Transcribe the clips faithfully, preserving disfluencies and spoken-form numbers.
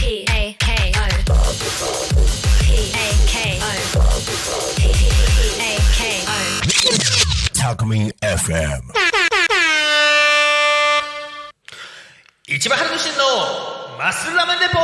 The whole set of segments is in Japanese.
P A K O P A K O P A K O タクミン エフエム市場春之進のマッスルラーメンレポ。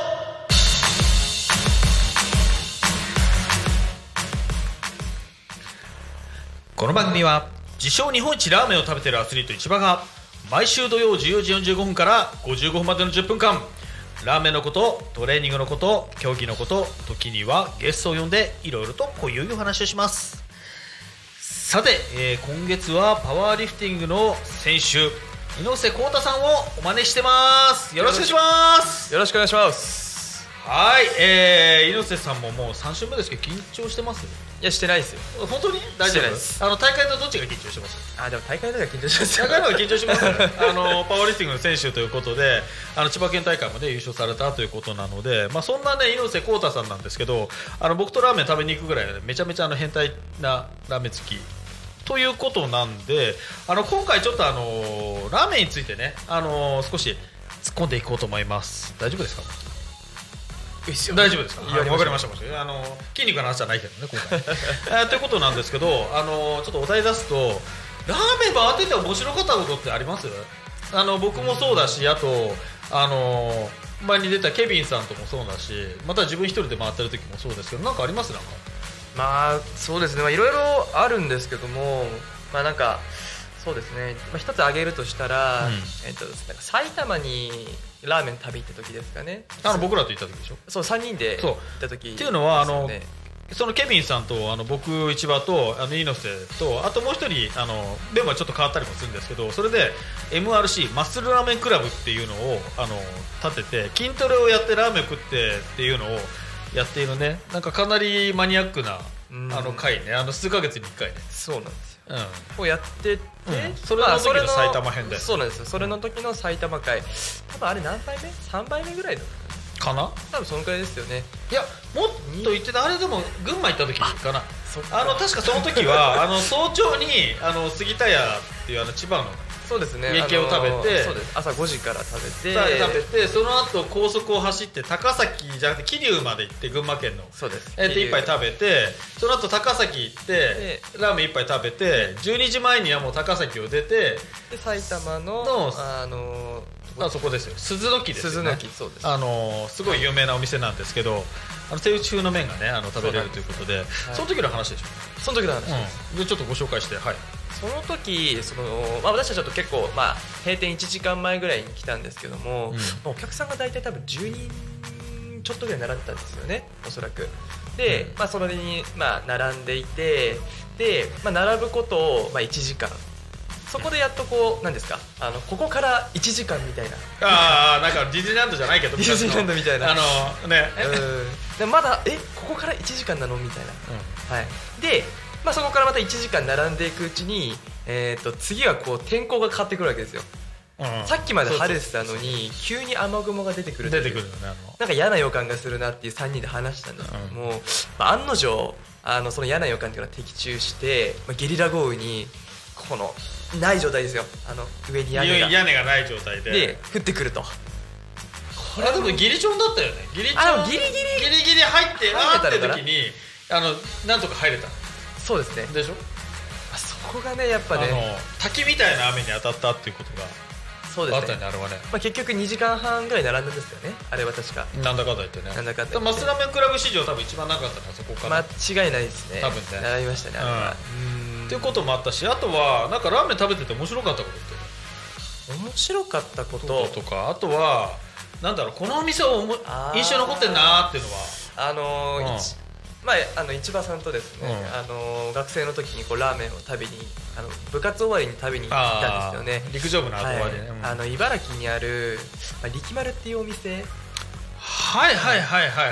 この番組は自称日本一ラーメンを食べているアスリート市場が毎週土曜じゅうよじよんじゅうごふんからごじゅうごふんまでのじゅっぷんかん、ラーメンのこと、トレーニングのこと、競技のこと、時にはゲストを呼んでいろいろとこういうお話をします。さて、えー、今月はパワーリフティングの選手猪瀬浩太さんをお招きしてます。よろしくお願いします。 よろしくお願いします。 はい、えー、猪瀬さんももうさん週目ですけど緊張してます？ いや、してないですよ。 本当に大丈夫？ してないです。 あの大会とどっちが緊張してます？ あ、でも大会の時は緊張しますよ。 大会の方が緊張します、ね、あのパワーリフティングの選手ということで、あの千葉県大会も、ね、優勝されたということなので、まあ、そんな、ね、猪瀬浩太さんなんですけど、あの僕とラーメン食べに行くぐらい、ね、めちゃめちゃあの変態なラーメン好きということなんで、あの今回ちょっとあのラーメンについてね、あの少し突っ込んでいこうと思います。大丈夫ですか？大丈夫ですか？はい、分かりました。あの筋肉の話じゃないけどね今回えー、ということなんですけど、あのちょっとお題出すと、ラーメン回ってて面白かったことってあります？あの僕もそうだし、あとあの前に出たケビンさんともそうだし、また自分一人で回ってる時もそうですけど、なんかあります？なんかまあそうですね、まあ、いろいろあるんですけども、まあなんかそうですね、まあ、一つ挙げるとしたら、うん、えっと、なんか埼玉にラーメン食べ行った時ですかね。 あの僕らと行った時でしょ。 そうさんにんで行った時、ね、 っていうのはあのそのケビンさんとあの僕市場とあの猪瀬とあともう一人あのメンバーちょっと変わったりもするんですけど、それで エムアールシー マッスルラーメンクラブっていうのをあの立てて筋トレをやってラーメン食ってっていうのをやっているね、なんかかなりマニアックなあの会ね、あの数ヶ月にいっかいね。 そうなんですよ、 うん、 をやってて、 うん、それの時の埼玉編で、 そうなんですよ。それの時の埼玉会、多分あれ何杯目 ?さん 杯目ぐらいだかな、 多分そのくらいですよね。 いやもっと言ってた、あれでも群馬行った時かな。ああの確かその時はあの早朝にあの杉田屋っていうあの千葉のそうですね、 家系を食べて、 そうです、朝ごじから食べて食べて、その後高速を走って高崎じゃなくて桐生まで行って、群馬県のそうです、 えー、で一杯食べて、その後高崎行ってラーメン一杯食べて、じゅうにじまえにはもう高崎を出て、 で埼玉 の, のあのあそこですよ、鈴の木ですよね。 鈴の木、そうです、 あのすごい有名なお店なんですけど、あの手打ち風の麺がねあの食べれるということで、 そ, で、はい、その時の話でしょ。 その時の話です、 うん、でちょっとご紹介して、はい。 その時その、まあ、私たちはちょっと結構、まあ、閉店いちじかんまえぐらいに来たんですけども、うん、まあ、お客さんが大体多分じゅうにんちょっとぐらい並んでたんですよね、おそらく。で、うん、まあ、それに、まあ、並んでいて、で、まあ、並ぶことを、まあ、いちじかん、そこでやっとこう、なんですか、あのここからいちじかんみたいな、 ああ、なんかディズニーランドじゃないけどディズニーランドみたいな、 あのね、 うん、でまだえここからいちじかんなのみたいな、うん、はい、で、まあ、そこからまたいちじかん並んでいくうちに、えー、と次はこう天候が変わってくるわけですよ、うん、さっきまで晴れてたのに急に雨雲が出てくる出てくるよね。あのなんか嫌な予感がするなっていうさんにんで話したんですけども、うん、まあ、案の定あのその嫌な予感っていうのが的中して、まあ、ゲリラ豪雨にこのない状態ですよ、あの上に屋根が屋根がない状態でで降ってくると。 これでもギリチョンだったよね。ギリチョン、 あ、ギリギリギリギリ入ってあーって時にあのなんとか入れた。 そうですね。 でしょ。 そこがねやっぱね、 あの滝みたいな雨に当たったっていうことがそうですね、 あったよね、あれはね。 まあ、結局にじかんはんぐらい並んだんですよね、あれは確か。 なんだかんだ言ってね。 なんだかんだ言ってマスラーメンクラブ史上多分一番長かったのはそこから間違いないですね。 多分ね並びましたね、あれは。 うん、っていうこともあったし、あとはなんかラーメン食べてて面白かったことって面白かったこととか、あとはなんだろう、このお店を印象に残ってるなーっていうのはあのーうんまあ、あの市場さんとですね、うん、あの学生の時にこうラーメンを食べにあの部活終わりに食べに行ったんですよね。 陸上部の後終わりね、はい、 うん、あの茨城にある、まあ、力丸っていうお店、 はいはいはいはい、はい、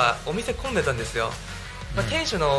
にふたりで行った時にすごいなんかお店混んでたんですよ、まあ、店主の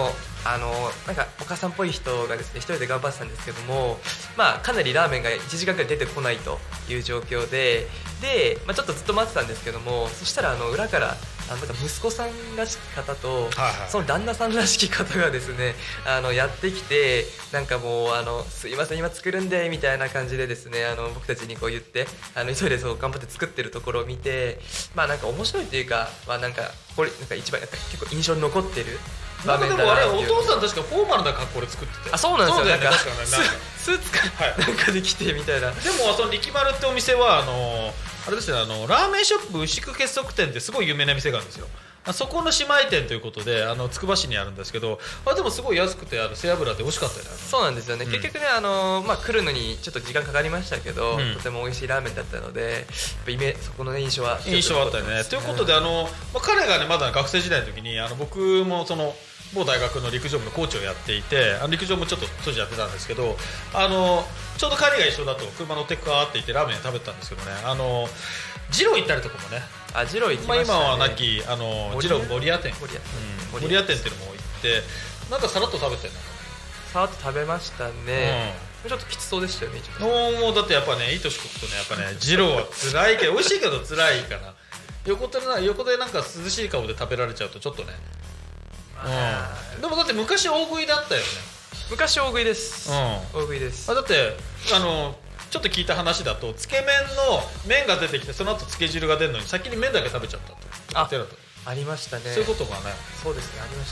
あのなんかお母さんっぽい人がですね一人で頑張ってたんですけども、まあ、かなりラーメンがいちじかんくらい出てこないという状況でで、まあ、ちょっとずっと待ってたんですけども、そしたらあの裏からあのなんか息子さんらしき方と、はいはい、その旦那さんらしき方がですねあのやってきて、なんかもうあのすいません今作るんでみたいな感じでですねあの僕たちにこう言ってあの急いでそう頑張って作ってるところを見て、まあなんか面白いというか、まあ、なんかこれなんか一番なんか結構印象に残ってる場面だなっていう。 なんかでもあれお父さん確かフォーマルな格好で作ってて、 あそうなんですよ、 そうだよね、 なんか確かにスーツかなんかで来てみたいな。 でもその力丸ってお店はあのあれですね、あのラーメンショップ牛久結束店ってすごい有名な店があるんですよ。そこの姉妹店ということであのつくば市にあるんですけど、あでもすごい安くてある背脂で美味しかったよね。 そうなんですよね、うん、結局ねあの、まあ、来るのにちょっと時間かかりましたけど、うん、とても美味しいラーメンだったのでイメそこの、ね、印象は印象あったよね。ということであの、まあ、彼がねまだ学生時代の時にあの僕もその某大学の陸上部のコーチをやっていて、あの陸上もちょっと当時やってたんですけど、あのちょうど帰りが一緒だと車乗ってくかって言ってラーメン食べてたんですけどね、あのジロー行ったりとかもね、 あジロー行きましたね、 まあ、今はなきあのジロー守谷店守谷、 うん、守谷店っていうのも行ってなんかさらっと食べてるのさらっと食べましたね、うん、ちょっときつそうでしたよね。 もうだってやっぱねいい年こくとねやっぱねジローは辛いけど美味しいけど辛いかな。横でな横でなんか涼しい顔で食べられちゃうとちょっとね、うん、でもだって昔大食いだったよね。 昔大食いです、うん、大食いです。 あだってあのちょっと聞いた話だとつけ麺の麺が出てきてその後つけ汁が出るのに先に麺だけ食べちゃったと。 あありましたね。 そういうことがね。 そうですねありました、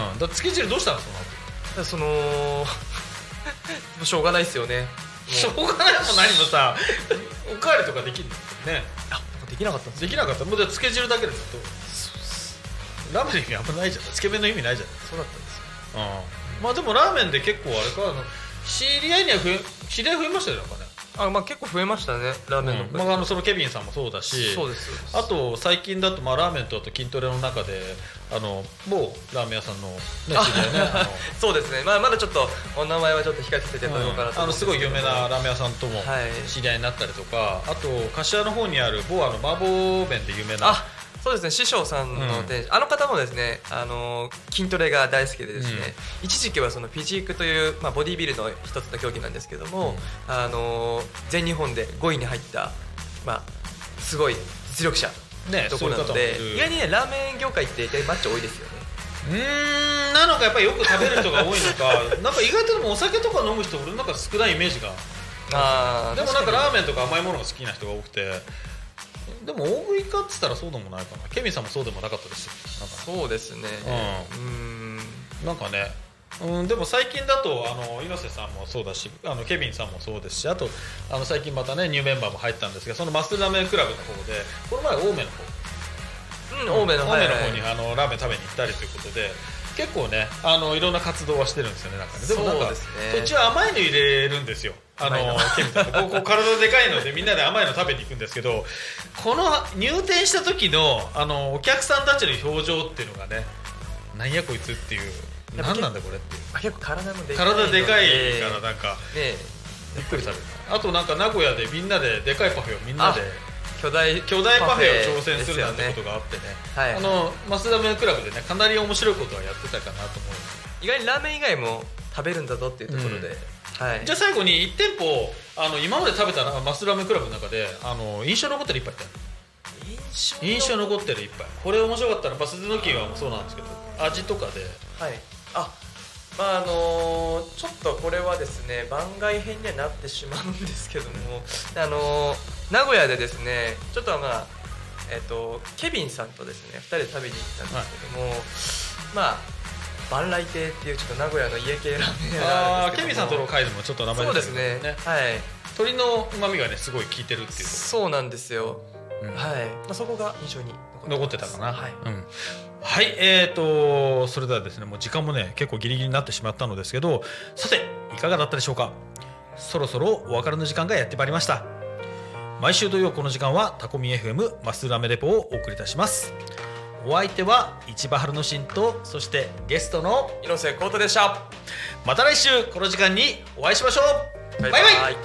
うん、だつけ汁どうしたのその後。 そのしょうがないですよね。 しょうがないも何もさおかわりとかできるんだよね。 あできなかったんですできなかった。もうつけ汁だけでずっとラーメンの意味あんまないじゃん。つけ麺の意味ないじゃん。 そうだったんですよ、 うん、まあでもラーメンで結構あれかあの知り合いには増え知り合い増えましたよなんかね。 あまあ、結構増えましたねラーメンの、 うんまあ、あのそのケビンさんもそうだし、 そうですそうです。 あと最近だと、まあ、ラーメンとあと筋トレの中であの某ラーメン屋さんの、ね、知り合いねあのそうですね、まあ、まだちょっとお名前はちょっと控えさせていただこうかなと思うんですけど、うん、あのすごい有名なラーメン屋さんとも知り合いになったりとか、はい、あと柏の方にある某あの麻婆麺で有名なあそうですね師匠さんの店、うん、あの方もですねあの筋トレが大好きでですね、うん、一時期はそのフィジークという、まあ、ボディビルの一つの競技なんですけども、うん、あの全日本でごいに入った、まあ、すごい実力者のところなので、ね、意外にねラーメン業界ってマッチョ多いですよね。 うーんなのかやっぱりよく食べる人が多いのかなんか意外とでもお酒とか飲む人俺の中少ないイメージがあでもなんかラーメンとか甘いものが好きな人が多くてでも大食いかっつったらそうでもないかな。ケビンさんもそうでもなかったですよ。 なんかそうですね、 うん、うんなんかね、うん、でも最近だとあの猪瀬さんもそうだしあのケビンさんもそうですしあとあの最近またねニューメンバーも入ったんですがそのマスラーメンクラブの方でこの前青梅の方、 うん、青梅の方、 青梅の方にあのラーメン食べに行ったりということで結構ねあのいろんな活動はしてるんですよね。なんかねでもなんかそっちは甘いの入れるんですよ。あのケミさんこうこう体でかいのでみんなで甘いの食べに行くんですけどこの入店した時のあのお客さんたちの表情っていうのがねなんやこいつっていう何なんだこれっていう結構体もでかい体でかいからなんか、ね、びっくりされる。あとなんか名古屋でみんなででかいパフェをみんなで巨大巨大パフェを挑戦するなんてことがあってね、 はい、 あのマスダメクラブでねかなり面白いことはやってたかなと思う。 意外にラーメン以外も食べるんだぞっていうところで、うんはい、 じゃあ最後にいち店舗あの今まで食べたマスラーメンクラブの中であの印象に残ってる一杯って印象に残ってる一杯これ面白かったらバスズノキはもそうなんですけど味とかではいあまああのー、ちょっとこれはですね番外編にはなってしまうんですけどもあのー、名古屋でですねちょっとまあえっ、ー、とケビンさんとですねふたりで食べに行ったんですけども、はい、まあ万来亭っていうちょっと名古屋の家系ラーメン屋があるんですけども、ケビンさんとの回でもちょっと名前出てるんですね。はい。 鶏の旨味がねすごい効いてるっていう。 そうなんですよ。うん、はい。まあそこが印象に残ってたかな。はい。うん、はい。えーとそれではですねもう時間もね結構ギリギリになってしまったのですけど、さていかがだったでしょうか。そろそろお別れの時間がやってまいりました。毎週土曜この時間はタコミ エフエム マスラメレポをお送りいたします。お相手は市場春之進とそしてゲストの猪瀬浩太でした。 また来週この時間にお会いしましょう。バイバイ。バイバイ。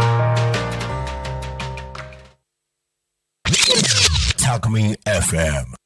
タコミ エフエム